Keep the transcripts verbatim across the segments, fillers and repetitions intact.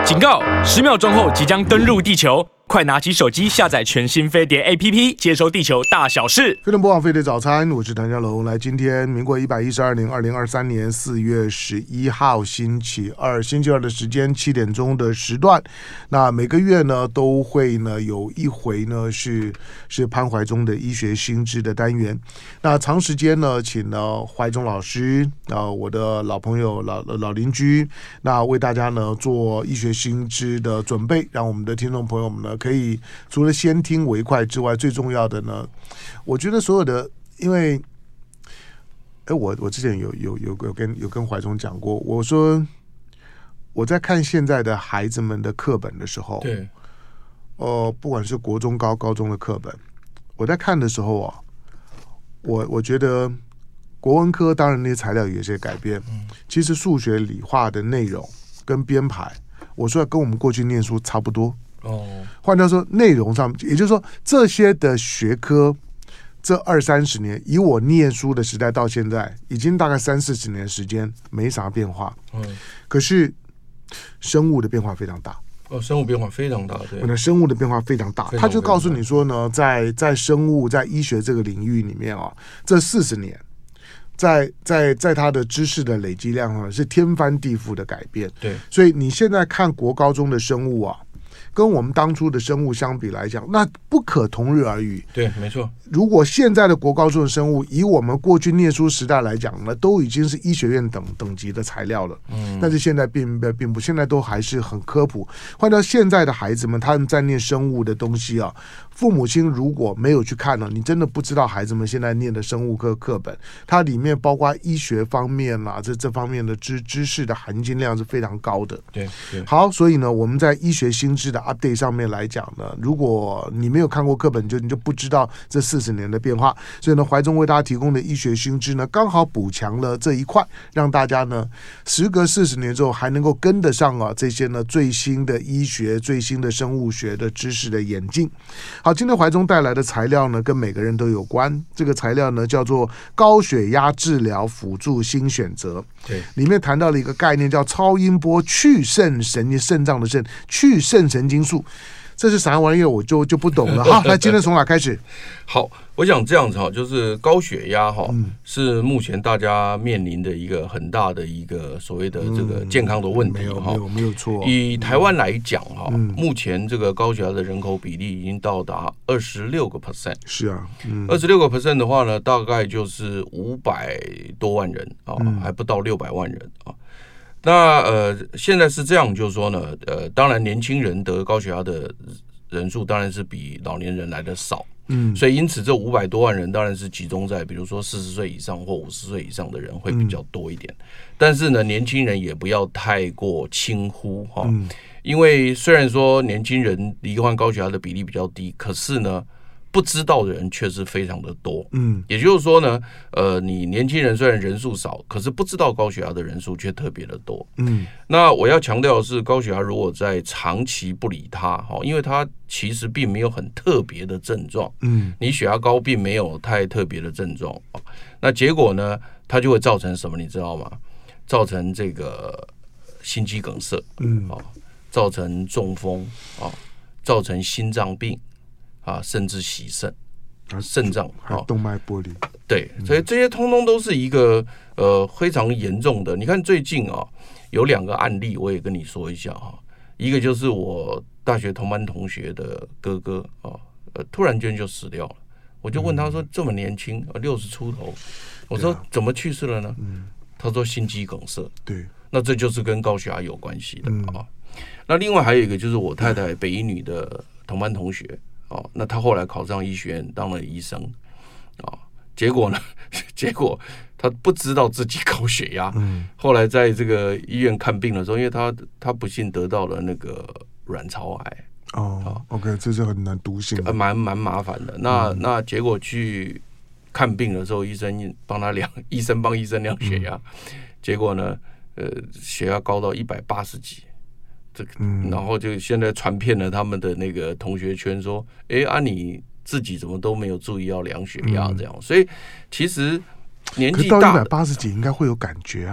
警告！十秒钟后即将登陆地球，快拿起手机下载全新飞碟 A P P， 接收地球大小事。 飞碟播放飞碟早餐，我是谭家龙。来，今天民国一百一十二年二零二三年四月十一号星期二，星期二的时间七点钟的时段。那每个月呢都会呢有一回呢是是潘怀宗的医学新知的单元。那长时间呢请了怀宗老师啊、呃，我的老朋友老老邻居，那为大家呢做医学新知的准备，让我们的听众朋友们呢可以除了先听为快之外，最重要的呢，我觉得所有的，因为，哎，我我之前有有有有跟有跟怀宗讲过，我说我在看现在的孩子们的课本的时候， 对， 呃，不管是国中高高中的课本，我在看的时候啊，我我觉得国文科当然那些材料有些改变，嗯、其实数学理化的内容跟编排，我说跟我们过去念书差不多。哦，换句话说，内容上，也就是说，这些的学科，这二三十年，以我念书的时代到现在，已经大概三四十年的时间，没啥变化。嗯，可是生物的变化非常大。 哦，生物变化非常大，对， 那生物的变化非常大，他就告诉你说呢，在在生物在医学这个领域里面啊，这四十年。在在在他的知识的累积量上是天翻地覆的改变， 对， 所以你现在看国高中的生物啊，跟我们当初的生物相比来讲，那不可同日而语。 对，没错。 如果现在的国高中的生物，以我们过去念书时代来讲呢，都已经是医学院等等级的材料了。嗯，但是现在并并不，现在都还是很科普。换到现在的孩子们，他们在念生物的东西啊，父母亲如果没有去看呢，你真的不知道孩子们现在念的生物课课本，它里面包括医学方面啦，这这方面的知知识的含金量是非常高的。 对对。 好，所以呢，我们在医学新知的 update 上面来讲呢，如果你没有看过课本，就你就不知道这四十年的变化。所以呢，怀宗为大家提供的医学新知呢，刚好补强了这一块，让大家呢，时隔四十年之后还能够跟得上啊这些呢最新的医学、最新的生物学的知识的演进。好，今天怀宗带来的材料呢，跟每个人都有关。这个材料呢，叫做高血压治疗辅助新选择。 对， 里面谈到了一个概念，叫超音波去肾神肾脏的肾去肾神经素。这是啥玩意儿？我就就不懂了。好，来，今天从哪开始？ 好，我想这样子哈，就是高血压哈，嗯、是目前大家面临的一个很大的一个所谓的这个健康的问题哈、嗯。 没有，没有错。 以台湾来讲哈，嗯、目前这个高血压的人口比例已经到达二十六个 percent。 是啊， 二十六个 percent 的话呢，大概就是五百多万人啊，嗯、还不到六百万人啊。那呃，现在是这样，就是说呢，呃，当然年轻人得高血压的人数当然是比老年人来的少，嗯，所以因此这五百多万人当然是集中在比如说四十岁以上或五十岁以上的人会比较多一点，嗯、但是呢，年轻人也不要太过轻忽哈，嗯、因为虽然说年轻人罹患高血压的比例比较低，可是呢。不知道的人却是非常的多，嗯，也就是说呢，呃，你年轻人虽然人数少，可是不知道高血压的人数却特别的多，嗯。那我要强调的是，高血压如果在长期不理它，哈，因为它其实并没有很特别的症状，嗯，你血压高并没有太特别的症状，那结果呢，它就会造成什么？你知道吗？造成这个心肌梗塞，嗯，啊，造成中风啊，造成心脏病。啊，甚至洗肾，肾脏还有动脉剥离， 对，所以这些通通都是一个呃非常严重的。你看最近啊，有两个案例，我也跟你说一下哈。一个就是我大学同班同学的哥哥啊，呃，突然间就死掉了。我就问他说：“这么年轻，六十出头，我说怎么去世了呢？”嗯，他说心肌梗塞。对，那这就是跟高血压有关系的啊。那另外还有一个就是我太太北一女的同班同学。哦，那他后来考上医学院当了医生，啊、哦，结果呢？结果他不知道自己高血压，嗯，后来在这个医院看病的时候，因为他他不幸得到了那个卵巢癌， 哦，哦 ，OK， 这是很难毒性的， 蛮蛮麻烦的。那、嗯、那结果去看病的时候，医生帮他量，医生帮医生量血压，嗯、结果呢，呃，血压高到一百八十几。这个，然后就现在传遍了他们的那个同学圈，说，哎啊，你自己怎么都没有注意要量血压这样，嗯、所以其实年纪大， 可到一百八十几应该会有感觉啊。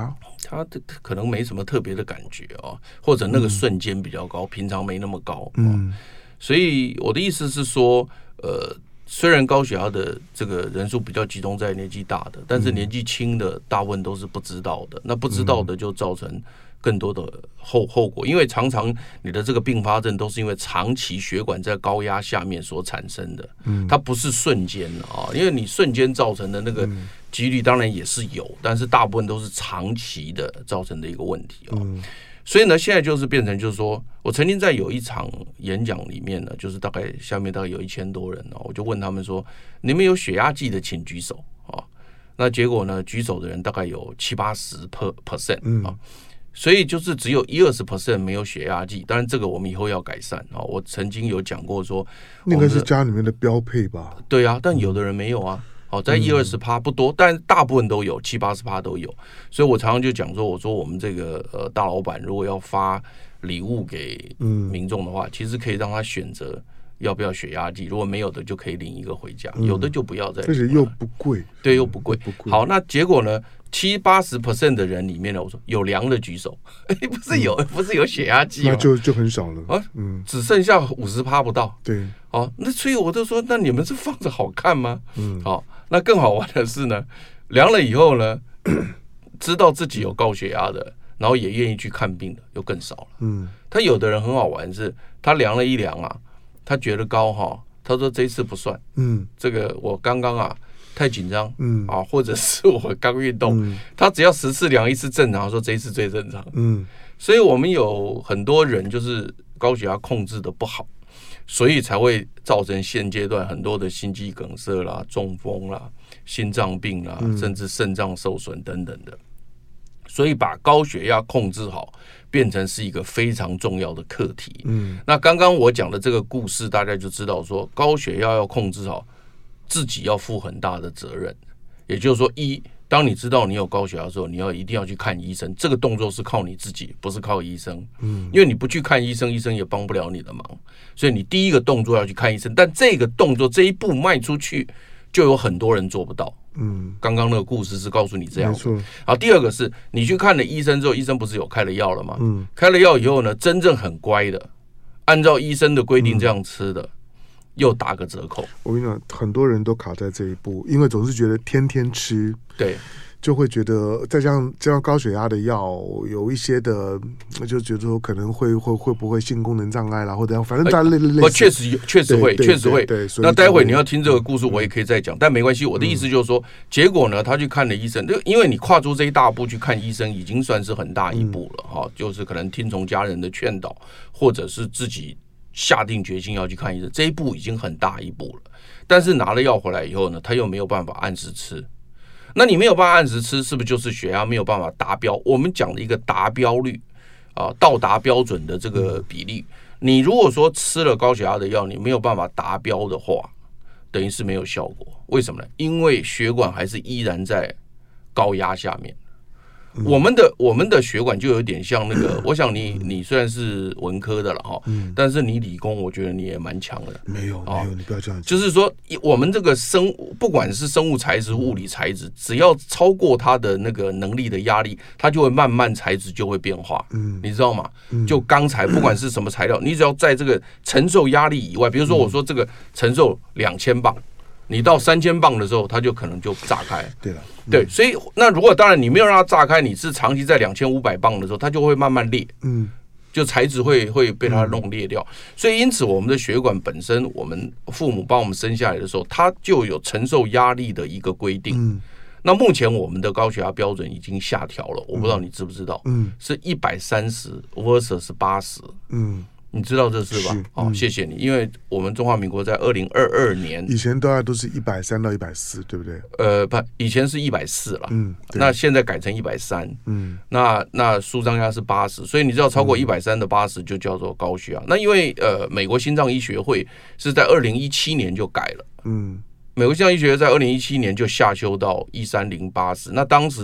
他可能没什么特别的感觉哦，或者那个瞬间比较高，嗯、平常没那么高。嗯，所以我的意思是说，呃，虽然高血压的这个人数比较集中在年纪大的，但是年纪轻的大部分都是不知道的。那不知道的就造成更多的后后果，因为常常你的这个并发症都是因为长期血管在高压下面所产生的，嗯，它不是瞬间啊，因为你瞬间造成的那个几率当然也是有，但是大部分都是长期的造成的一个问题啊。嗯，所以呢，现在就是变成就是说，我曾经在有一场演讲里面呢，就是大概下面大概有一千多人啊，我就问他们说，你们有血压计的请举手啊。那结果呢，举手的人大概有七八十 percent 啊。所以就是只有一二十 percent 没有血压计，当然这个我们以后要改善啊。我曾经有讲过说， 那个是家里面的标配吧？ 对啊，但有的人没有啊。好，在一二十趴不多，但大部分都有，七八十趴都有。所以我常常就讲说，我说我们这个呃大老板如果要发礼物给民众的话，嗯、其实可以让他选择要不要血压计，如果没有的就可以领一个回家，嗯、有的就不要再领。 而且又不贵， 对，又不贵。好，那结果呢？七八十 percent 的人里面呢，我说有量的举手，哎，不是有，嗯、不是有血压计吗？ 那就就很少了啊，嗯，只剩下五十趴不到。 对， 哦，那所以我就说，那你们是放着好看吗？嗯，好，哦，那更好玩的是呢，量了以后呢，知道自己有高血压的，然后也愿意去看病的，又更少了。嗯，他有的人很好玩是，他量了一量啊，他觉得高哈，他说这一次不算。嗯，这个我刚刚啊。太紧张，嗯啊，或者是我刚运动，嗯、他只要十次量一次正常，说这一次最正常，嗯，所以我们有很多人就是高血压控制的不好，所以才会造成现阶段很多的心肌梗塞啦、中风啦、心脏病啦，嗯、甚至肾脏受损等等的。所以把高血压控制好，变成是一个非常重要的课题。嗯，那刚刚我讲的这个故事，大家就知道说，高血压要控制好。自己要负很大的责任，也就是说，一，当你知道你有高血压的时候，你要一定要去看医生。这个动作是靠你自己，不是靠医生。嗯，因为你不去看医生，医生也帮不了你的忙。所以你第一个动作要去看医生，但这个动作这一步迈出去，就有很多人做不到。嗯，刚刚那个故事是告诉你这样子。好，第二个是你去看了医生之后，医生不是有开了药了吗？嗯，开了药以后呢，真正很乖的，按照医生的规定这样吃的。嗯，又打个折扣。 我跟你讲，很多人都卡在这一步，因为总是觉得天天吃， 对， 就会觉得再加上这样高血压的药，有一些的就觉得说可能会会会不会性功能障碍啦，或者反正大类类似， 确实确实会，确实会。那待会你要听这个故事，我也可以再讲，但没关系。我的意思就是说，结果呢，他去看了医生，就因为你跨出这一大步去看医生，已经算是很大一步了哈，就是可能听从家人的劝导，或者是自己。下定决心要去看医生，这一步已经很大一步了。但是拿了药回来以后呢，他又没有办法按时吃。那你没有办法按时吃，是不是就是血压没有办法达标？我们讲的一个达标率啊，到达标准的这个比例。你如果说吃了高血压的药，你没有办法达标的话，等于是没有效果。为什么呢？因为血管还是依然在高压下面。我们的我们的血管就有点像那个，我想你你虽然是文科的了哈，嗯，但是你理工我觉得你也蛮强的。 没有没有，你不要这样讲。 就是说，我们这个生不管是生物材质、物理材质，只要超过它的那个能力的压力，它就会慢慢材质就会变化。嗯，你知道吗？就钢材不管是什么材料，你只要在这个承受压力以外，比如说我说这个承受两千磅。你到三千磅的时候，它就可能就炸开。 对了， 嗯、对，所以那如果当然你没有让它炸开，你是长期在两千五百磅的时候，它就会慢慢裂。嗯，就材质会会被它弄裂掉。嗯、所以因此，我们的血管本身，我们父母帮我们生下来的时候，它就有承受压力的一个规定。嗯，那目前我们的高血压标准已经下调了，我不知道你知不知道？嗯，是一百三十 versus 八十。嗯。你知道这是吧？是嗯、哦，谢谢你，因为我们中华民国在二零二二年以前大概都是一百三到一百四，对不对？ 呃，不，以前是一百四了，嗯，那现在改成一百三，嗯，那那舒张压是八十，所以你知道超过一百三的八十就叫做高血压。嗯、那因为呃，美国心脏医学会是在二零一七年就改了，嗯，美国心脏医学会在二零一七年就下修到一三零八十，那当时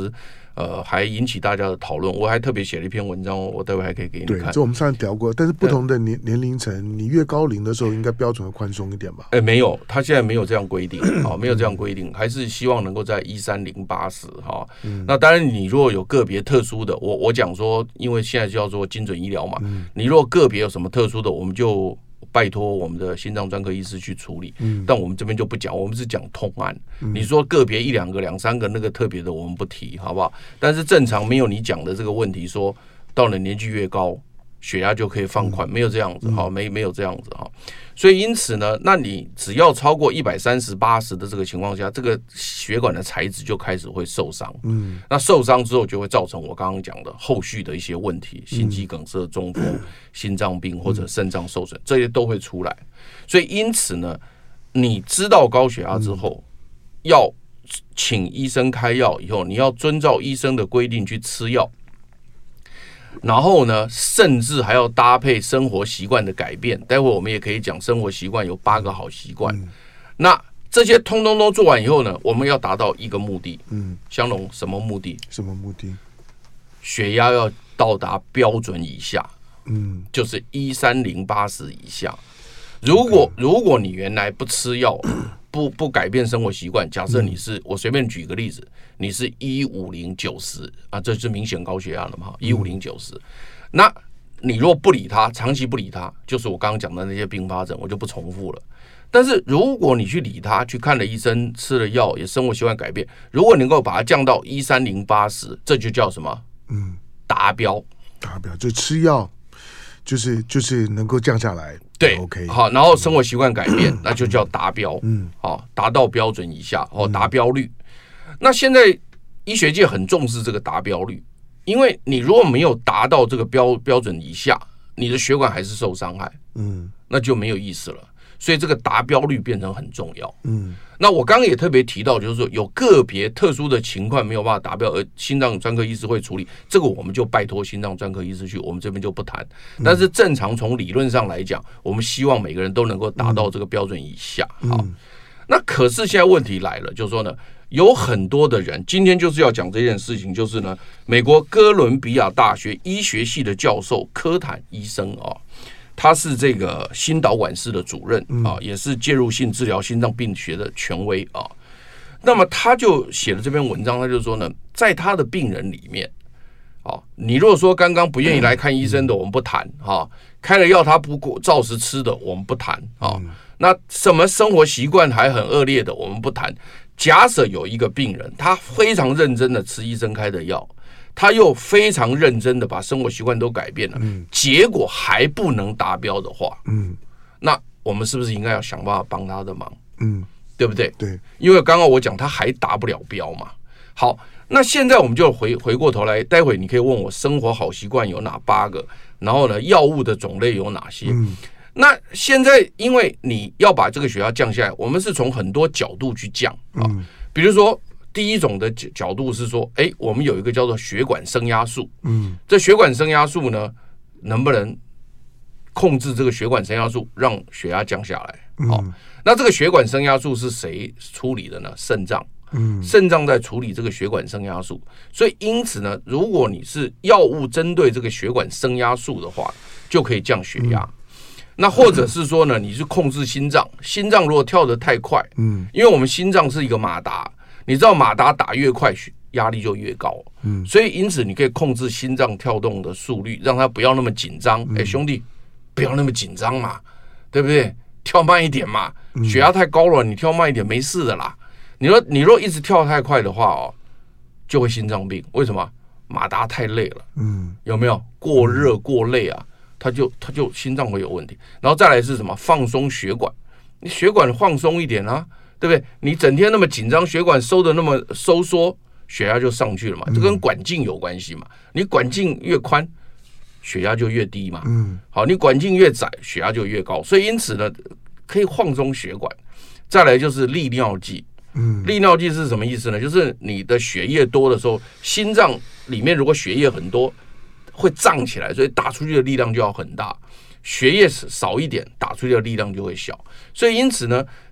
呃，还引起大家的讨论。我还特别写了一篇文章，我待会还可以给你看。 对，这我们上次聊过，但是不同的年年龄层，你越高龄的时候，应该标准会宽松一点吧？ 哎、欸，没有，他现在没有这样规定，好、哦，没有这样规定，还是希望能够在一三零八十哈。那当然，你如果有个别特殊的，我我讲说，因为现在叫做精准医疗嘛，嗯、你如果个别有什么特殊的，我们就拜托我们的心脏专科医师去处理，嗯、但我们这边就不讲，我们是讲通案。嗯、你说个别一两个、两三个那个特别的，我们不提，好不好？但是正常没有你讲的这个问题，说到了年纪越高，血压就可以放宽，没有这样子哈，没没有这样子哈。所以因此呢，那你只要超过一百三十八十的这个情况下，这个血管的材质就开始会受伤。嗯，那受伤之后就会造成我刚刚讲的后续的一些问题，心肌梗塞、中风、心脏病或者肾脏受损，这些都会出来。所以因此呢，你知道高血压之后，要请医生开药以后，你要遵照医生的规定去吃药。然后呢，甚至还要搭配生活习惯的改变。待会我们也可以讲生活习惯有八个好习惯。嗯、那这些通通都做完以后呢，我们要达到一个目的。嗯，香龙什么目的？ 什么目的？ 血压要到达标准以下。嗯，就是一三零八十以下。如果、okay. 如果你原来不吃药，不不改变生活习惯，假设你是、嗯、我随便举个例子。你是一五零九十啊，这是明显高血压了嘛？一五零九十，那你如果不理它，长期不理它，就是我刚刚讲的那些并发症，我就不重复了。但是如果你去理它，去看了医生，吃了药，也生活习惯改变，如果能够把它降到一三零八十，这就叫什么？嗯，达标。 达标就吃药，就是就是能够降下来。 对 ，OK， 好，然后生活习惯改变，那就叫达标。嗯，好，达到标准以下，哦，达标率。那现在医学界很重视这个达标率，因为你如果没有达到这个标标准以下，你的血管还是受伤害，嗯，那就没有意思了。所以这个达标率变成很重要，嗯。那我刚刚也特别提到，就是说有个别特殊的情况没有办法达标，而心脏专科医师会处理，这个我们就拜托心脏专科医师去，我们这边就不谈。但是正常从理论上来讲，我们希望每个人都能够达到这个标准以下。好，那可是现在问题来了，就是说呢。有很多的人，今天就是要讲这件事情，就是呢，美国哥伦比亚大学医学系的教授科坦医生啊，他是这个心导管室的主任啊，也是介入性治疗心脏病学的权威啊。那么他就写了这篇文章，他就说呢，在他的病人里面，啊，你如果说刚刚不愿意来看医生的，我们不谈哈；开了药他不照实吃的，我们不谈啊。那什么生活习惯还很恶劣的，我们不谈。假设有一个病人，他非常认真的吃医生开的药，他又非常认真的把生活习惯都改变了，嗯、结果还不能达标的话，嗯，那我们是不是应该要想办法帮他的忙？嗯，对不对？ 对， 因为刚刚我讲他还达不了标嘛。好，那现在我们就回回过头来，待会你可以问我生活好习惯有哪八个，然后呢，药物的种类有哪些？嗯。那现在，因为你要把这个血压降下来，我们是从很多角度去降啊。比如说，第一种的角度是说，哎，我们有一个叫做血管升压素，嗯，这血管升压素呢，能不能控制这个血管升压素，让血压降下来？好，那这个血管升压素是谁处理的呢？肾脏，嗯，肾脏在处理这个血管升压素，所以因此呢，如果你是药物针对这个血管升压素的话，就可以降血压。那或者是说呢，你是控制心脏，心脏如果跳得太快，嗯，因为我们心脏是一个马达，你知道马达打越快，压力就越高，嗯，所以因此你可以控制心脏跳动的速率，让它不要那么紧张。哎、欸，兄弟，不要那么紧张嘛，对不对？跳慢一点嘛，血压太高了，你跳慢一点没事的啦。你说你若一直跳太快的话哦，就会心脏病。为什么？马达太累了，嗯，有没有过热过累啊？他就他就心脏会有问题，然后再来是什么？放松血管，你血管放松一点啊，对不对？你整天那么紧张，血管收的那么收缩，血压就上去了嘛。这跟管径有关系嘛。你管径越宽，血压就越低嘛。嗯，好，你管径越窄，血压就越高。所以因此呢，可以放松血管。再来就是利尿剂。嗯，利尿剂是什么意思呢？就是你的血液多的时候，心脏里面如果血液很多，会胀起来，所以打出去的力量就要很大；血液少一点，打出去的力量就会小。所以因此呢，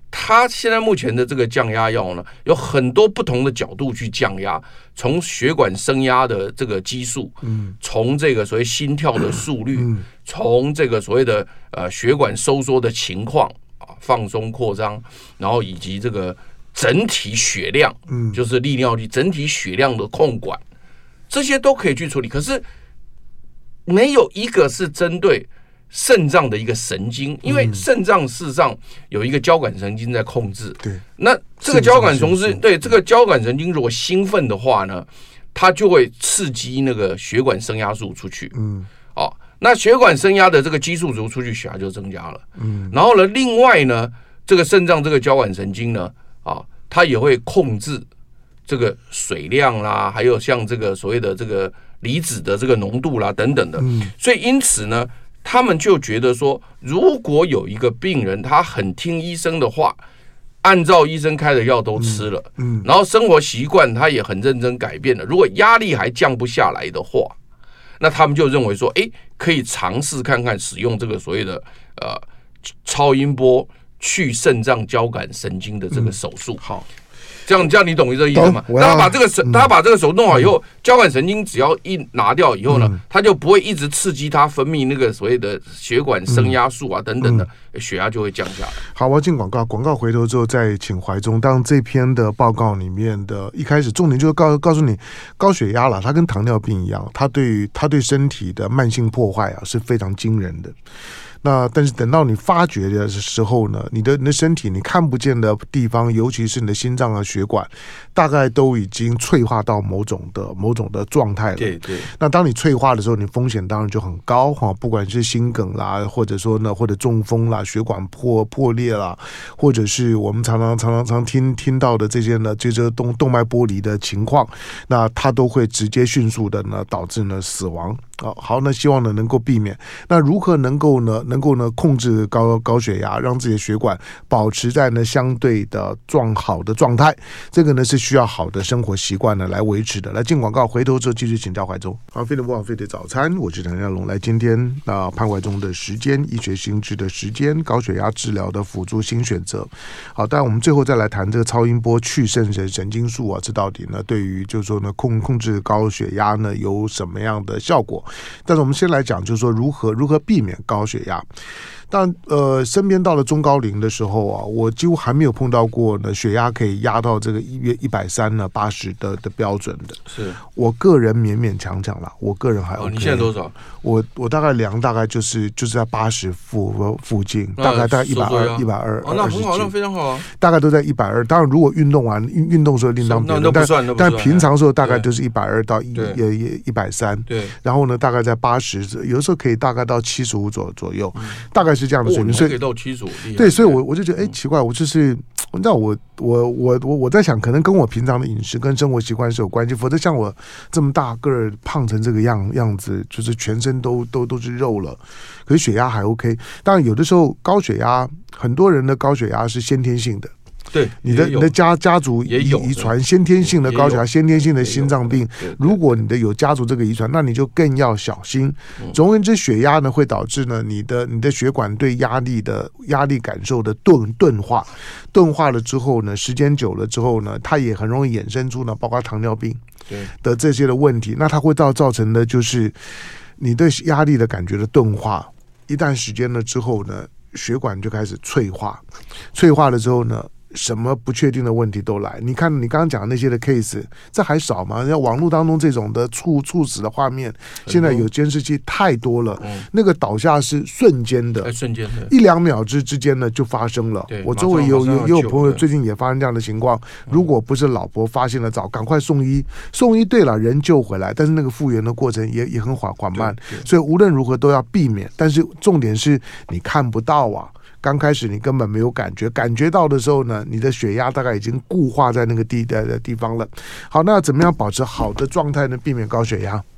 它现在目前的这个降压药呢，有很多不同的角度去降压，从血管升压的这个激素，嗯，从这个所谓心跳的速率，嗯，从这个所谓的呃血管收缩的情况啊，放松扩张，然后以及这个整体血量，嗯，就是利尿剂整体血量的控管，这些都可以去处理。可是没有一个是针对肾脏的一个神经，因为肾脏事实上有一个交感神经在控制。对，那这个交感神经，对这个交感神经如果兴奋的话呢，它就会刺激那个血管升压素出去。嗯，哦，那血管升压的这个激素如出去，血压就增加了。嗯，然后呢，另外呢，这个肾脏这个交感神经呢，啊，它也会控制这个水量啦，还有像这个所谓的这个离子的这个浓度啦等等的。嗯，所以因此呢，他们就觉得说，如果有一个病人他很听医生的话，按照医生开的药都吃了，嗯，嗯然后生活习惯他也很认真改变了，如果压力还降不下来的话，那他们就认为说，哎，可以尝试看看使用这个所谓的呃超音波去肾脏交感神经的这个手术。嗯、好。这样，这样你懂这个意思吗？他把这个手，他把这个手弄好以后，交感神经只要一拿掉以后呢，嗯、他就不会一直刺激它分泌那个所谓的血管升压素啊等等的，嗯、血压就会降下来。 好，我要进广告，广告回头之后再请怀忠。当然这篇的报告里面的一开始重点就是告告诉你，高血压了，它跟糖尿病一样，它对它对身体的慢性破坏啊是非常惊人的。那但是等到你发觉的时候呢，你的你的身体你看不见的地方，尤其是你的心脏啊血管，大概都已经脆化到某种的某种的状态了。对对。那当你脆化的时候，你风险当然就很高哈，不管是心梗啦，或者说呢，或者中风啦，血管破破裂啦，或者是我们常常常常常听听到的这些呢，这些动动脉剥离的情况，那它都会直接迅速的呢导致呢死亡。哦，好，那希望呢能够避免。那如何能够呢能够呢控制高高血压，让自己的血管保持在呢相对的状好的状态？这个呢是需要好的生活习惯呢来维持的。来进广告，回头之后继续请教怀忠。好，飞碟不枉费的早餐，我是谭家龙。来，今天啊、呃、潘怀忠的时间，医学新知的时间，高血压治疗的辅助新选择。好，当然我们最后再来谈这个超音波去肾神神经素啊，这到底呢对于就是说呢控控制高血压呢有什么样的效果？但是我们先来讲，就是说如何如何避免高血压。但呃，身边到了中高龄的时候啊，我几乎还没有碰到过呢，血压可以压到这个一约一百三呢八十的的标准的。是我个人勉勉强强啦，我个人还 OK。哦， 你现在多少？ 我我大概量大概就是就是在八十附附近，大概大概一百二一百二。 哦，那很好，那非常好啊。 大概都在一百二。当然，如果运动完运运动的时候另当别论，但但平常时候大概就是一百二到一也也一百三。对。然后呢，大概在八十，有的时候可以大概到七十五左左右，嗯、大概是这样的水平。 所以到七十五， 对，所以我我就觉得，哎，奇怪，我就是你知道我我我我我在想，可能跟我平常的饮食跟生活习惯是有关系，否则像我这么大个儿胖成这个样样子，就是全身都都都是肉了，可是血压还 OK。当然有的时候高血压，很多人的高血压是先天性的。 对， 你的你的家家族遗传先天性的高血压，先天性的心脏病，如果你的有家族这个遗传，那你就更要小心。总而言之，血压呢会导致呢你的你的血管对压力的压力感受的钝钝化，钝化了之后呢，时间久了之后呢，它也很容易衍生出呢，包括糖尿病的这些的问题。那它会造造成的就是你对压力的感觉的钝化，一旦时间了之后呢，血管就开始脆化，脆化了之后呢，什么不确定的问题都来。你看你刚刚讲的那些的 case， 这还少吗？像网络当中这种的猝猝死的画面，现在有监视器太多了，嗯、那个倒下是瞬间的， 瞬间的， 一两秒之之间呢就发生了。我周围有有也有朋友最近也发生这样的情况，如果不是老婆发现了早，赶快送医，送医对了人救回来，但是那个复原的过程也也很缓缓慢，所以无论如何都要避免。但是重点是你看不到啊。刚开始你根本没有感觉，感觉到的时候呢，你的血压大概已经固化在那个地的地方了。好，那怎么样保持好的状态呢？避免高血压？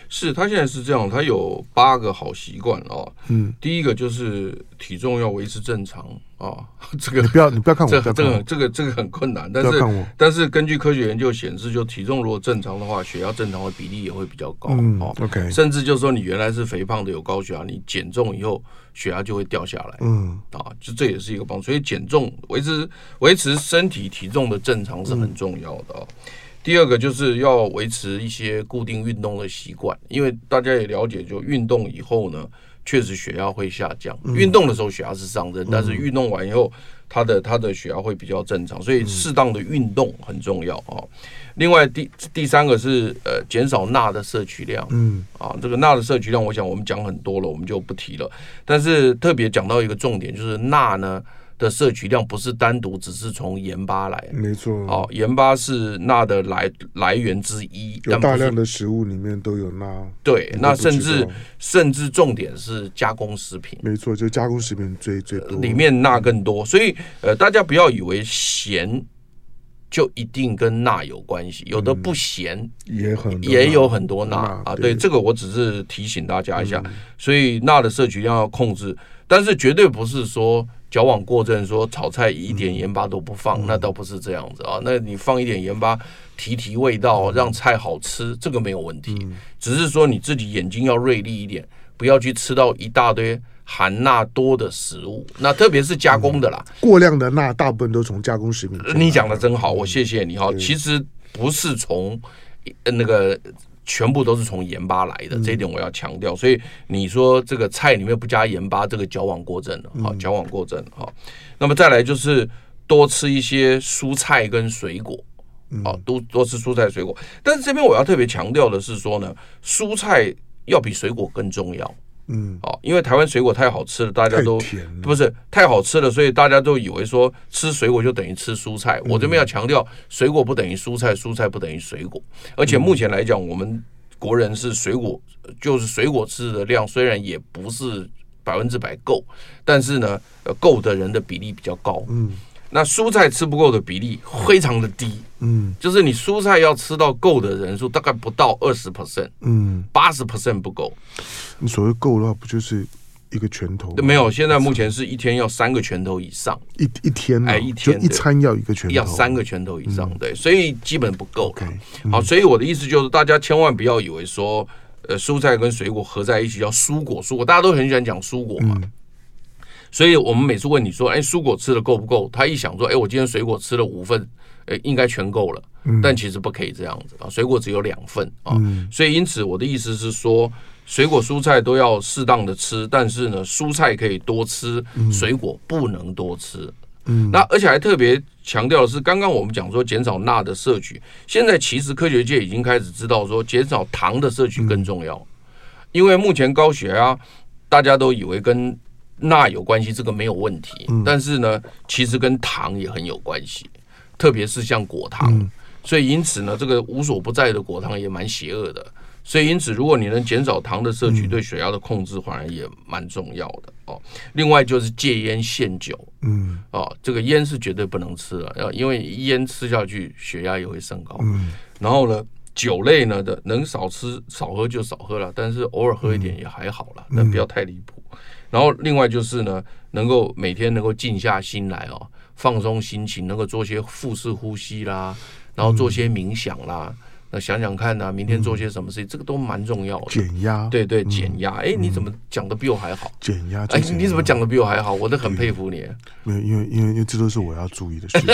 是他现在是这样，他有八个好习惯啊。嗯，第一个就是体重要维持正常啊，这个你不要你不要看我， 这这个这个这个很困难，但是但是根据科学研究显示，就体重如果正常的话，血压正常的比例也会比较高。嗯 ，OK， 甚至就是说你原来是肥胖的有高血压，你减重以后血压就会掉下来。嗯，啊，就这也是一个帮助，所以减重维持维持身体体重的正常是很重要的啊。嗯，第二个就是要维持一些固定运动的习惯，因为大家也了解，就运动以后呢，确实血压会下降。嗯、运动的时候血压是上升，但是运动完以后，它的它的血压会比较正常，所以适当的运动很重要啊。另外第第三个是呃减少钠的摄取量。嗯，啊，这个钠的摄取量，我想我们讲很多了，我们就不提了。但是特别讲到一个重点，就是钠呢的摄取量不是单独只是从盐巴来， 没错。 哦，盐巴是钠的来来源之一， 有大量的食物里面都有钠。 对，那甚至甚至重点是加工食品， 没错，就加工食品最最多， 里面钠更多。所以呃，大家不要以为咸就一定跟钠有关系，有的不咸、 嗯、也很也有很多钠啊。对，这个我只是提醒大家一下。嗯、所以钠的摄取量要控制，但是绝对不是说矫枉过正，说炒菜一点盐巴都不放，嗯、那倒不是这样子啊。那你放一点盐巴提提味道，让菜好吃，这个没有问题。嗯、只是说你自己眼睛要锐利一点，不要去吃到一大堆含钠多的食物，那特别是加工的啦。 嗯、过量的钠大部分都从加工食品。 你讲的真好，我谢谢你哈。其实不是从那个。全部都是从盐巴来的，这一点我要强调。所以你说这个菜里面不加盐巴，这个矫枉过正了，好，矫枉过正哈。那么再来就是多吃一些蔬菜跟水果，好，多多吃蔬菜水果。但是这边我要特别强调的是说呢，蔬菜要比水果更重要。嗯，哦，因为台湾水果太好吃了，大家都不是太好吃了，所以大家都以为说吃水果就等于吃蔬菜。我这边要强调，水果不等于蔬菜，蔬菜不等于水果。而且目前来讲，我们国人是水果，就是水果吃的量虽然也不是百分之百够，但是呢，够的人的比例比较高。嗯。那蔬菜吃不够的比例非常的低，嗯，就是你蔬菜要吃到够的人数大概不到二十 percent， 嗯，八十 percent 不够。 你所谓够的话，不就是一个拳头？ 没有，现在目前是一天要三个拳头以上， 一一天、啊， 哎，一天就一餐要一个拳头， 要三个拳头以上，嗯、对，所以基本不够。Okay, 嗯、好，所以我的意思就是，大家千万不要以为说，呃，蔬菜跟水果合在一起叫蔬果，蔬果大家都很喜欢讲蔬果嘛。嗯，所以我们每次问你说，哎，蔬果吃的够不够？他一想说，哎，我今天水果吃了五份，哎，应该全够了。嗯、但其实不可以这样子啊，水果只有两份啊。嗯、所以因此我的意思是说，水果蔬菜都要适当的吃，但是呢，蔬菜可以多吃，水果不能多吃。嗯、那而且还特别强调的是，刚刚我们讲说减少钠的摄取，现在其实科学界已经开始知道说，减少糖的摄取更重要，嗯、因为目前高血压大家都以为跟钠有关系，这个没有问题，嗯、但是呢，其实跟糖也很有关系，特别是像果糖，嗯、所以因此呢，这个无所不在的果糖也蛮邪恶的，所以因此，如果你能减少糖的摄取，嗯、对血压的控制反而也蛮重要的哦。另外就是戒烟限酒，嗯，哦，这个烟是绝对不能吃了，因为烟吃下去血压也会升高，嗯，然后呢，酒类呢的能少吃少喝就少喝了，但是偶尔喝一点也还好了，嗯、但不要太离谱。然后另外就是呢，能够每天能够静下心来哦，放松心情，能够做些腹式呼吸啦，然后做些冥想啦，嗯、那想想看啊，明天做些什么事情，嗯、这个都蛮重要的。 减压， 对对，减压。哎、嗯，你怎么讲的比我还好？ 减压， 哎，你怎么讲的比我还好？我都很佩服你。 没有，因为因为因为这都是我要注意的事情。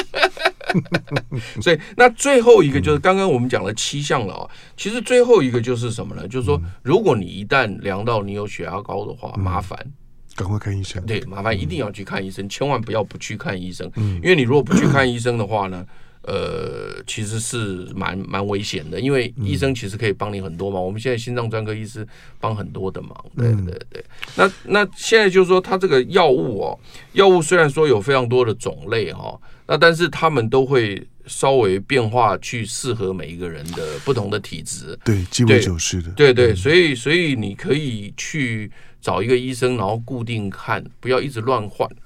所以那最后一个就是刚刚我们讲了七项了啊，其实最后一个就是什么呢？就是说，如果你一旦量到你有血压高的话，麻烦赶快看医生。 对，麻烦一定要去看医生，千万不要不去看医生，因为你如果不去看医生的话呢，呃，其实是蛮蛮危险的，因为医生其实可以帮你很多忙。我们现在心脏专科医师帮很多的忙，对对对。那那现在就是说，它这个药物哦，药物虽然说有非常多的种类哈、哦。那但是他们都会稍微变化，去适合每一个人的不同的体质。 对，鸡尾酒式的。 对 对, 对，所以所以你可以去找一个医生，然后固定看，不要一直乱换。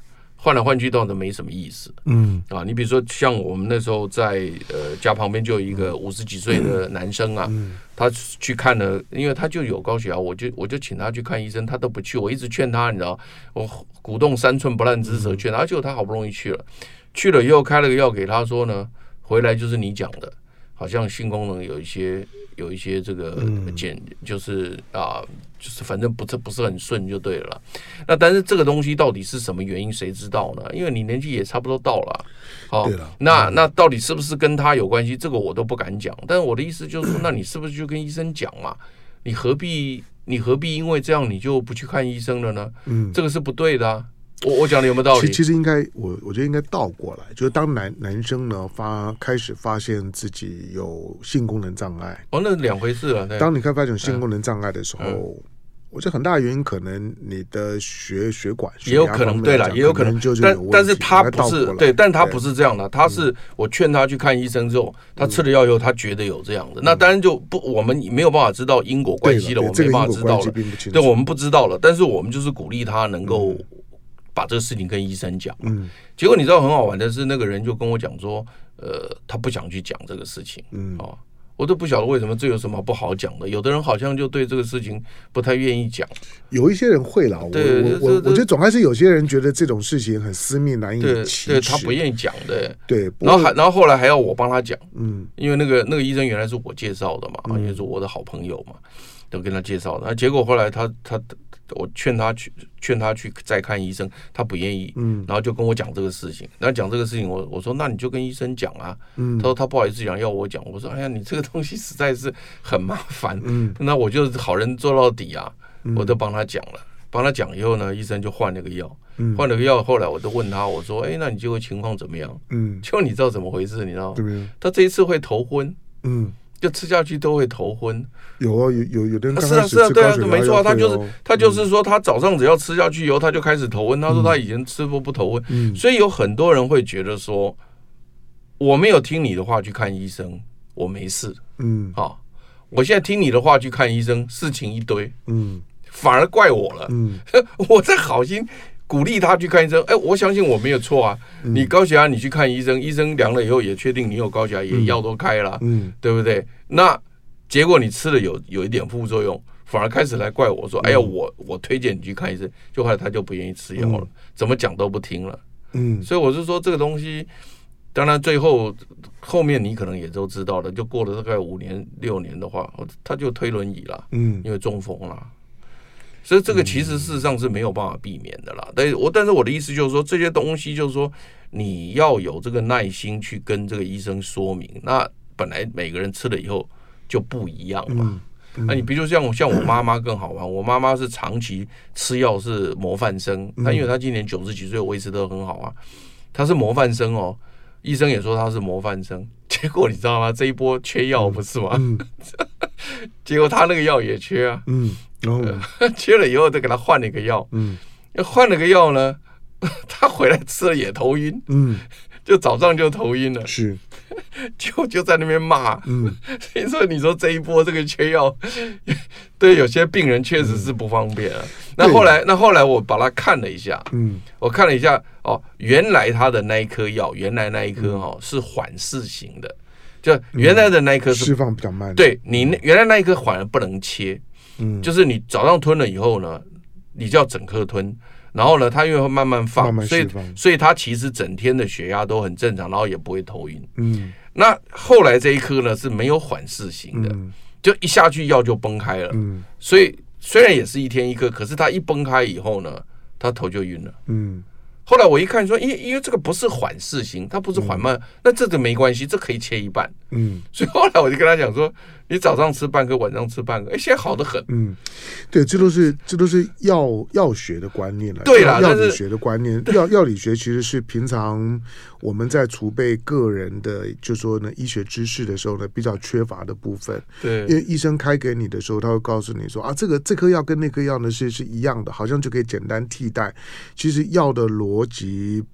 换来换去到的没什么意思。嗯啊，你比如说像我们那时候在呃家旁边就有一个五十几岁的男生啊，嗯、他去看了，因为他就有高血压，我就我就请他去看医生，他都不去，我一直劝他，你知道，我鼓动三寸不烂之舌劝他，结果他好不容易去了，去了以后开了个药给他说呢，回来就是你讲的。好像性功能有一些有一些这个减、嗯，就是啊，就是反正不是不是很顺就对了啦。那但是这个东西到底是什么原因，谁知道呢？因为你年纪也差不多到了，好、哦，那那到底是不是跟他有关系？这个我都不敢讲。但是我的意思就是说，那你是不是就跟医生讲嘛？你何必你何必因为这样你就不去看医生了呢？嗯，这个是不对的啊。我我讲的有没有道理？ 其实应该，我我觉得应该倒过来，就是当男男生呢发开始发现自己有性功能障碍， 哦，那两回事了。 当你开始发现性功能障碍的时候，嗯、我觉得很大的原因可能你的血血管也有可能，对了，也有可能， 就但但是他不是对，但他不是这样的，他是我劝他去看医生之后，他吃了药以后，他觉得有这样的，嗯、那当然就不，我们没有办法知道因果关系了，我们没办法知道了，对，我们不知道了，但是我们就是鼓励他能够。嗯把这个事情跟医生讲，嗯，结果你知道很好玩的是，那个人就跟我讲说，呃，他不想去讲这个事情，嗯，哦，我都不晓得为什么这有什么不好讲的。有的人好像就对这个事情不太愿意讲， 有一些人会啦，我我我我觉得总还是有些人觉得这种事情很私密，难以启齿， 对他不愿意讲的， 对， 然后还然后后来还要我帮他讲，嗯，因为那个那个医生原来是我介绍的嘛，嗯、因为是我的好朋友嘛，都跟他介绍的，结果后来他他。我劝他去，劝他去再看医生，他不愿意，嗯，然后就跟我讲这个事情。然后讲这个事情，我我说那你就跟医生讲啊，嗯，他说他不好意思讲，要我讲。我说哎呀，你这个东西实在是很麻烦，嗯，那我就好人做到底啊，嗯、我都帮他讲了，帮他讲以后呢，医生就换了个药，嗯、换了个药，后来我都问他，我说哎，那你结果情况怎么样？嗯，结果你知道怎么回事？你知道吗？他这一次会头昏，嗯。就吃下去都会头昏， 有啊，有有有的人刚开始吃高血压，是啊，是啊，对啊，没错啊，他就是他就是说，他早上只要吃下去以后，他就开始头昏。他说他以前吃过不头昏，嗯、所以有很多人会觉得说，我没有听你的话去看医生，我没事，嗯，啊，我现在听你的话去看医生，事情一堆，嗯，反而怪我了，嗯，我在好心。鼓励他去看医生，哎，我相信我没有错啊。嗯、你高血压，你去看医生，医生量了以后也确定你有高血压，也药都开了，嗯，对不对？那结果你吃了有有一点副作用，反而开始来怪我说，嗯、哎呀，我我推荐你去看医生，就后来他就不愿意吃药了，嗯、怎么讲都不听了，嗯，所以我是说这个东西，当然最后后面你可能也都知道了，就过了大概五年六年的话，他就推轮椅了，嗯，因为中风了。所以这个其实事实上是没有办法避免的啦。但是我但是我的意思就是说，这些东西就是说，你要有这个耐心去跟这个医生说明。那本来每个人吃了以后就不一样嘛。嗯嗯、那你比如像像我妈妈更好玩，我妈妈是长期吃药是模范生，她因为她今年九十几岁，维持得很好啊。她是模范生哦，医生也说她是模范生。结果你知道吗？这一波缺药不是吗？嗯、结果她那个药也缺啊。嗯。哦、缺了以后，再给他换了一个药，嗯，换了个药呢，他回来吃了也头晕，嗯，就早上就头晕了， 是， 就就在那边骂，嗯，所以说你说这一波这个缺药，对有些病人确实是不方便啊。嗯、那后来，那后来我把他看了一下，嗯，我看了一下，哦，原来他的那一颗药，原来那一颗哦、嗯、是缓释型的，就原来的那一颗是释放比较慢， 对你原来那一颗反而不能切。嗯，就是你早上吞了以后呢，你就要整颗吞，然后呢，它因为会慢慢放， 慢慢所以所以它其实整天的血压都很正常，然后也不会头晕。嗯，那后来这一颗呢是没有缓释型的，嗯、就一下去药就崩开了。嗯，所以虽然也是一天一颗，可是它一崩开以后呢，它头就晕了。嗯。后来我一看说，因为因为这个不是缓释型，它不是缓慢，嗯、那这个没关系，这可以切一半。嗯，所以后来我就跟他讲说，你早上吃半颗，晚上吃半颗，哎，现在好得很。嗯， 对，这都是这都是药药学的观念了。 对啦， 药理学的观念，药药理学其实是平常我们在储备个人的，就说呢医学知识的时候呢比较缺乏的部分。 对， 因为医生开给你的时候，他会告诉你说啊，这个这颗药跟那颗药呢是是一样的，好像就可以简单替代。其实药的逻辑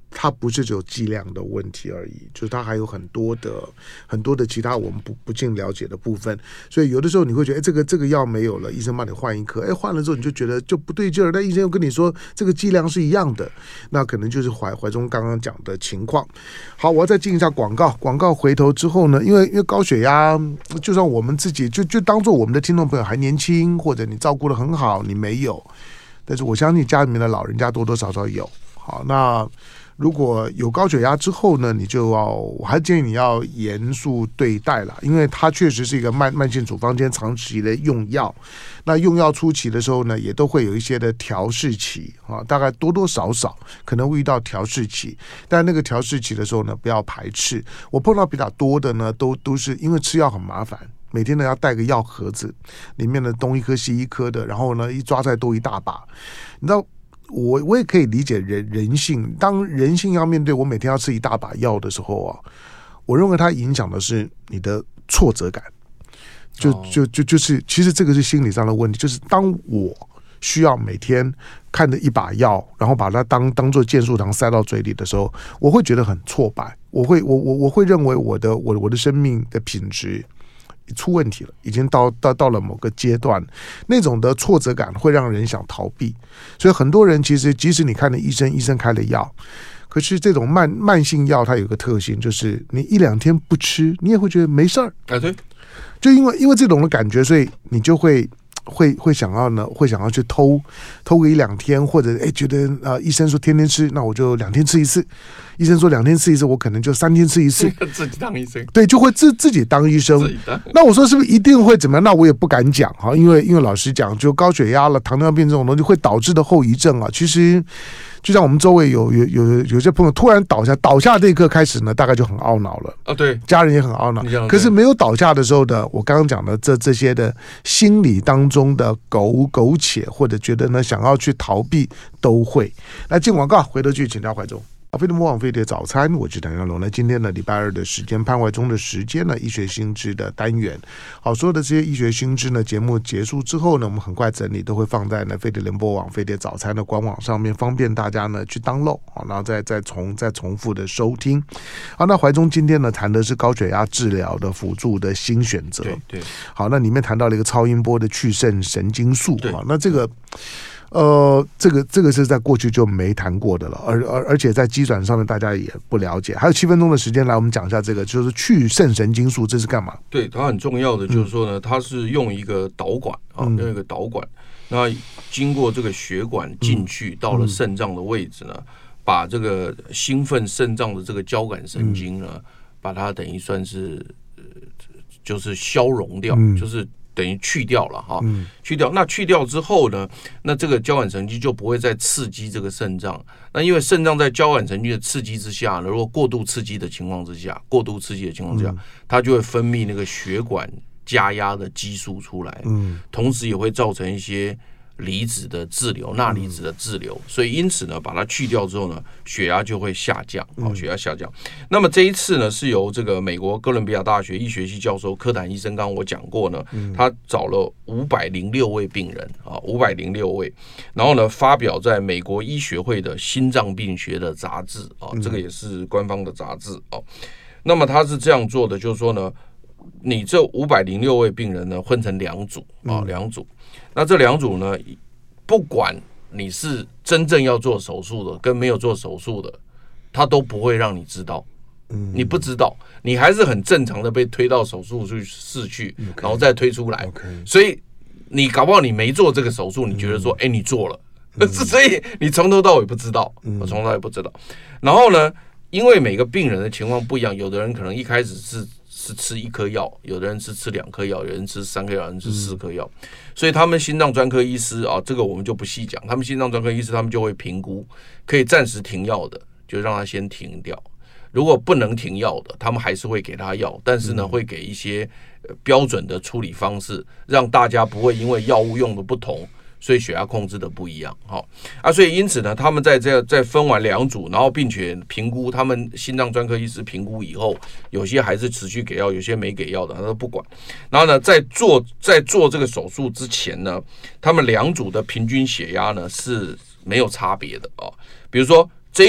它不是只有剂量的问题而已，就是它还有很多的很多的其他我们不不尽了解的部分。所以有的时候你会觉得，哎，这个这个药没有了，医生帮你换一颗，哎，换了之后你就觉得就不对劲儿，但医生又跟你说这个剂量是一样的，那可能就是怀怀中刚刚讲的情况。好，我要再进一下广告，广告回头之后呢，因为因为高血压，就算我们自己就就当做我们的听众朋友还年轻，或者你照顾得很好，你没有，但是我相信家里面的老人家多多少少有。好，那如果有高血压之后呢，你就要，我还建议你要严肃对待了，因为它确实是一个慢慢性处方间长期的用药。那用药初期的时候呢，也都会有一些的调试期啊，大概多多少少可能会遇到调试期，但那个调试期的时候呢，不要排斥。我碰到比较多的呢，都都是因为吃药很麻烦。每天呢要带个药盒子，里面的东一颗西一颗的，然后呢一抓出来都一大把，你知道。我我也可以理解人人性，当人性要面对我每天要吃一大把药的时候啊，我认为它影响的是你的挫折感，就就就就是其实这个是心理上的问题，就是当我需要每天看着一把药，然后把它当当做健素糖塞到嘴里的时候，我会觉得很挫败，我会我我我会认为我的我我的生命的品质出问题了，已经到到到了某个阶段，那种的挫折感会让人想逃避。所以很多人其实，即使你看了医生，医生开了药，可是这种慢慢性药它有一个特性，就是你一两天不吃，你也会觉得没事儿。 啊，对， 就因为因为这种的感觉，所以你就会。会会想要呢，会想要去偷偷个一两天，或者哎觉得呃医生说天天吃，那我就两天吃一次。医生说两天吃一次，我可能就三天吃一次。 自己当医生， 对，就会自自己当医生。那我说是不是一定会怎么样？那我也不敢讲哈，因为因为老实讲，就高血压了、糖尿病这种东西会导致的后遗症啊，其实就像我们周围有有有有些朋友突然倒下，倒下这一刻开始呢，大概就很懊恼了。 哦，对， 家人也很懊恼。可是没有倒下的时候的，我刚刚讲的这这些的心理当中的苟苟且，或者觉得呢想要去逃避，都会。来进广告，回头去请教怀中。飞碟魔网飞碟早餐，我是谭家龙。那今天呢，礼拜二的时间，潘怀中的时间呢，医学新知的单元。好，所有的这些医学新知呢，节目结束之后呢，我们很快整理，都会放在呢飞碟联播网飞碟早餐的官网上面，方便大家呢去 download， 好，然后再再重再重复的收听。好，那怀中今天呢谈的是高血压治疗的辅助的新选择。 对对。 好，那里面谈到了一个超音波的去肾神经素。好，那这个。呃，这个这个是在过去就没谈过的了，而而而且在机转上面大家也不了解。还有七分钟的时间来，我们讲一下这个，就是去肾神经素，这是干嘛？ 对，它很重要的就是说呢，嗯、它是用一个导管啊，用一个导管，那经过这个血管进去，到了肾脏的位置呢，嗯、把这个兴奋肾脏的这个交感神经呢，嗯、把它等于算是呃，就是消融掉，嗯、就是。等于去掉了哈，嗯、去掉。那去掉之后呢，那这个交感神经就不会再刺激这个肾脏。那因为肾脏在交感神经的刺激之下呢，如果过度刺激的情况之下，过度刺激的情况之下，嗯、它就会分泌那个血管加压的激素出来，嗯、同时也会造成一些离子的滞留、钠离子的滞留，所以因此呢，把它去掉之后呢，血压就会下降，哦，血压下降。那么这一次呢，是由这个美国哥伦比亚大学医学系教授柯坦医生，刚刚我讲过呢，他找了五百零六位病人啊，五百零六位，然后呢，发表在美国医学会的心脏病学的杂志啊，这个也是官方的杂志啊。那么他是这样做的，就是说呢，你这五百零六位病人呢，分成两组啊，两组。那这两组呢，不管你是真正要做手术的跟没有做手术的，他都不会让你知道，嗯、你不知道，你还是很正常的被推到手术室去， okay, 然后再推出来。Okay. 所以你搞不好你没做这个手术，你觉得说，哎、嗯欸，你做了，嗯、所以你从头到尾不知道，我从头到尾不知道。然后呢，因为每个病人的情况不一样，有的人可能一开始是。是吃一颗药，有的人是吃两颗药，有人吃三颗药，有人吃四颗药，嗯、所以他们心脏专科医师啊，这个我们就不细讲。他们心脏专科医师他们就会评估，可以暂时停药的，就让他先停掉；如果不能停药的，他们还是会给他药，但是呢，会给一些标准的处理方式，让大家不会因为药物用的不同。所以血压控制的不一样，哈啊，所以因此呢，他们在这在分完两组，然后并且评估，他们心脏专科医师评估以后，有些还是持续给药，有些没给药的，他都不管。然后呢，在做在做这个手术之前呢，他们两组的平均血压呢是没有差别的啊。比如说这一组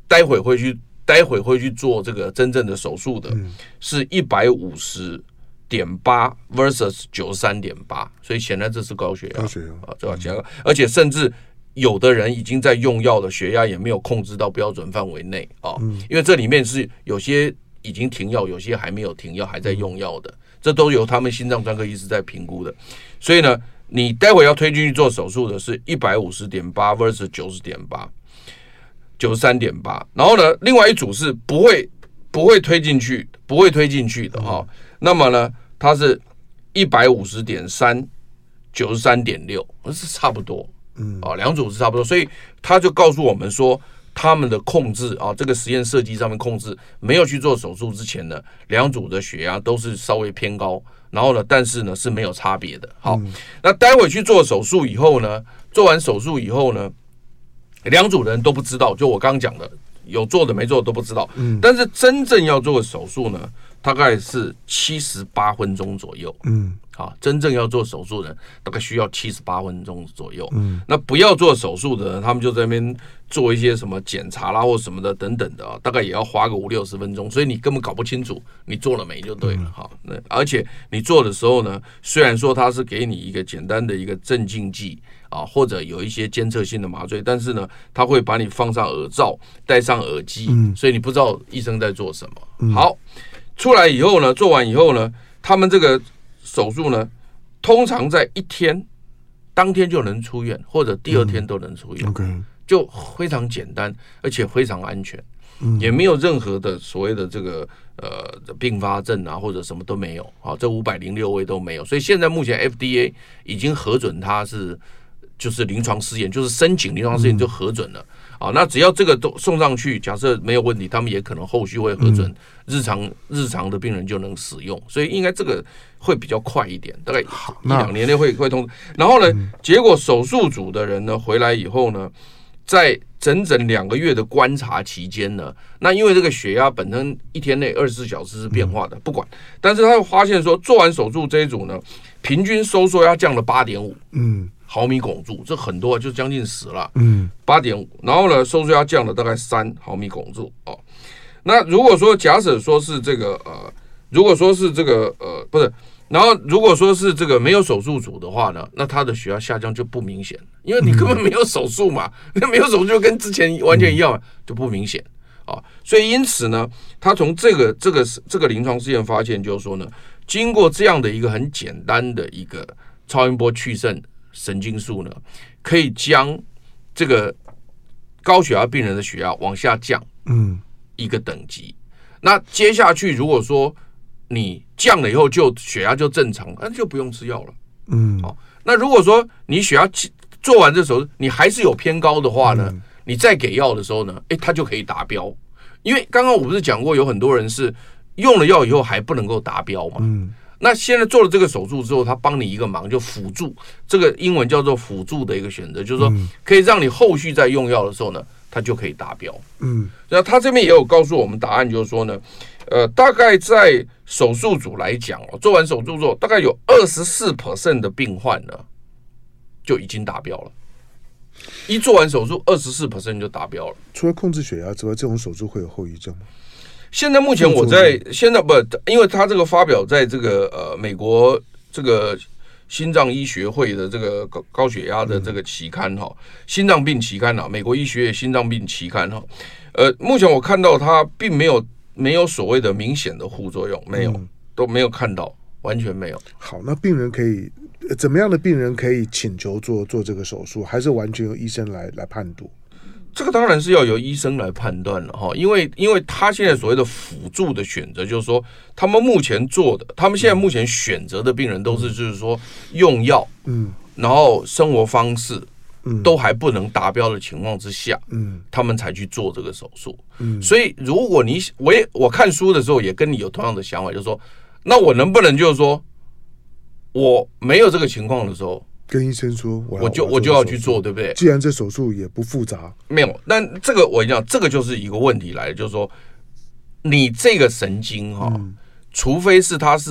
待会会去待会会去做这个真正的手术的，嗯、是一百五十点八 versus 九十三点八，所以显然这是高血压，高血压啊，这样，而且甚至有的人已经在用药了，血压也没有控制到标准范围内啊，嗯、因为这里面是有些已经停药，有些还没有停药，还在用药的，这都由他们心脏专科医师在评估的，所以呢。你待会要推进去做手术的是一百五十点八 versus 九十点八，九十三点八，然后呢，另外一组是不会不会推进去，不会推进去的哈、哦。那么呢，它是一百五十点三，九十三点六，是差不多，嗯，啊，两组是差不多，所以他就告诉我们说，他们的控制啊，这个实验设计上面控制，没有去做手术之前呢，两组的血压都是稍微偏高。然后呢，但是呢是没有差别的。好，嗯、那待会去做手术以后呢，做完手术以后呢，两组人都不知道，就我刚刚讲的，有做的没做的都不知道。嗯，但是真正要做手术呢，大概是七十八分钟左右。嗯，好，真正要做手术的人大概需要七十八分钟左右。嗯，那不要做手术的人，他们就在那边做一些什么检查啦或什么的等等的啊，大概也要花个五六十分钟，所以你根本搞不清楚你做了没就对了。好，那而且你做的时候呢，虽然说它是给你一个简单的一个镇静剂啊，或者有一些监测性的麻醉，但是呢，它会把你放上耳罩，戴上耳机，所以你不知道医生在做什么。好，出来以后呢，做完以后呢，他们这个手术呢，通常在一天当天就能出院，或者第二天都能出院。嗯 okay. 就非常简单，而且非常安全，嗯、也没有任何的所谓的这个呃并发症啊，或者什么都没有啊，这五百零六位都没有，所以现在目前 F D A 已经核准它是就是临床试验，就是申请临床试验就核准了、嗯、啊。那只要这个都送上去，假设没有问题，他们也可能后续会核准，日常、嗯、日常的病人就能使用，所以应该这个会比较快一点，大概一两年内会会通。然后呢，嗯、结果手术组的人呢回来以后呢。在整整两个月的观察期间呢，那因为这个血压本身一天内二十四小时是变化的，不管，但是他会发现说，做完手术这一组呢，平均收缩压降了八点五，嗯，毫米汞柱，这很多，就将近十了，嗯，八点五，然后呢，收缩压降了大概三毫米汞柱哦。那如果说假设说是这个呃，如果说是这个呃，不是。然后，如果说是这个没有手术组的话呢，那他的血压下降就不明显，因为你根本没有手术嘛，那、嗯、没有手术就跟之前完全一样，就不明显啊。所以因此呢，他从这个这个这个临床试验发现，就是说呢，经过这样的一个很简单的一个超音波去肾神经素呢，可以将这个高血压病人的血压往下降，嗯，一个等级。那接下去如果说你降了以后就血压就正常，那就不用吃药了。嗯，好、哦。那如果说你血压做完这手术，你还是有偏高的话呢，嗯、你再给药的时候呢，哎，它就可以达标。因为刚刚我不是讲过，有很多人是用了药以后还不能够达标嘛。嗯。那现在做了这个手术之后，他帮你一个忙，就辅助，这个英文叫做辅助的一个选择，就是说可以让你后续在用药的时候呢，它就可以达标。嗯。那他这边也有告诉我们答案，就是说呢。呃，大概在手术组来讲哦，做完手术之后，大概有二十四 percent 的病患呢就已经达标了。一做完手术，二十四 percent 就达标了。 除了控制血压之外，这种手术会有后遗症吗？ 现在目前我在现在不，因为他这个发表在这个呃美国这个心脏医学会的这个高高血压的这个期刊哈，心脏病期刊啊，美国医学心脏病期刊哈，呃，目前我看到它并没有。没有所谓的明显的副作用，没有，嗯、都没有看到，完全没有。 好，那病人可以怎么样的病人可以请求做做这个手术，还是完全由医生来来判读？ 这个当然是要由医生来判断了哈，因为因为他现在所谓的辅助的选择，就是说他们目前做的，他们现在目前选择的病人都是就是说用药，嗯，然后生活方式。都还不能达标的情况之下，嗯，他们才去做这个手术。嗯，所以如果你我也我看书的时候也跟你有同样的想法，就是说，那我能不能就是说，我没有这个情况的时候， 跟医生说我， 我就我就要去做，对不对？ 既然这手术也不复杂， 没有，但这个我跟你讲，这个就是一个问题来了，就是说，你这个神经哈、哦，嗯、除非是它是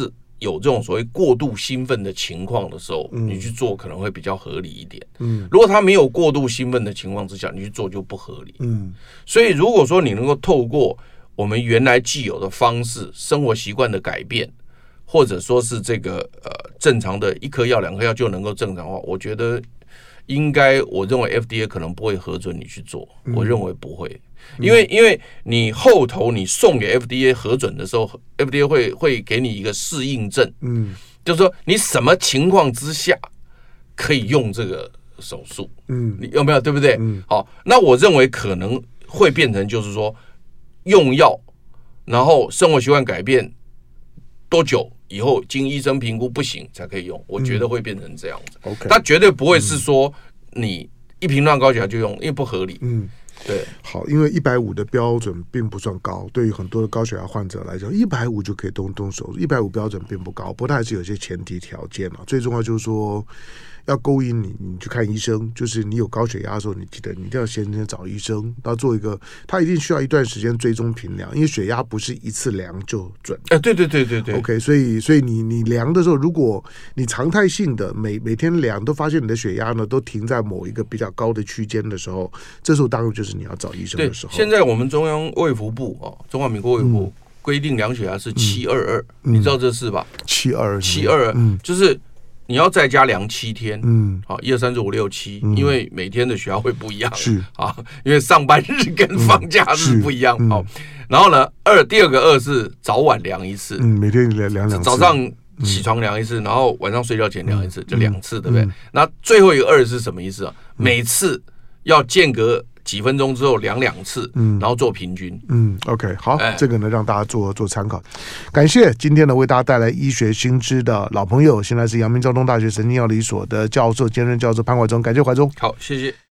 有这种所谓过度兴奋的情况的时候， 嗯、 你去做可能会比较合理一点。 嗯， 如果他没有过度兴奋的情况之下，你去做就不合理。 嗯， 所以如果说你能够透过我们原来既有的方式、生活习惯的改变，或者说是这个呃正常的一颗药、两颗药就能够正常化，我觉得应该，我认为 F D A 可能不会核准你去做，嗯、我认为不会。因为因为你后头你送给 F D A 核准的时候 ，F D A 会会给你一个适应症，嗯，就是说你什么情况之下可以用这个手术，嗯，你有没有对不对？嗯，好，那我认为可能会变成就是说用药，然后生活习惯改变多久以后经医生评估不行才可以用，我觉得会变成这样子。 OK， 它绝对不会是说你一瓶乱高血压就用，因为不合理。嗯。对， 好，因为一百五的标准并不算高，对于很多的高血压患者来讲，一百五就可以动动手术，一百五标准并不高，不过它还是有些前提条件啊。最重要就是说，要勾引你，你去看医生，就是你有高血压的时候，你记得你一定要先先找医生，要做一个，他一定需要一段时间追踪评量，因为血压不是一次量就准。 哎、呃，对对对对对 ，OK， 所以所以你你量的时候，如果你常态性的每每天量都发现你的血压呢都停在某一个比较高的区间的时候，这时候当然就是你要找医生的时候。 现在我们中央卫福部哦，中华民国卫福部规定量血压是七二二，你知道这是吧？ 七二七二二，嗯，就是。你要在家量七天，嗯，好，一二三四五六七，因为每天的血压会不一样， 是啊，因为上班日跟放假日不一样，好、嗯，然后呢，二第二个二是早晚量一次， 嗯，每天量量两次， 早上起床量一次，然后晚上睡觉前量一次，就两次，对不对？那最后一个二是什么意思啊？每次要间隔几分钟之后量两次，嗯，然后做平均， 嗯 ，OK， 好，哎、这个呢让大家做做参考。感谢今天呢为大家带来医学新知的老朋友，现在是阳明交通大学神经药理所的教授兼任教授潘怀忠，感谢怀忠， 好，谢谢。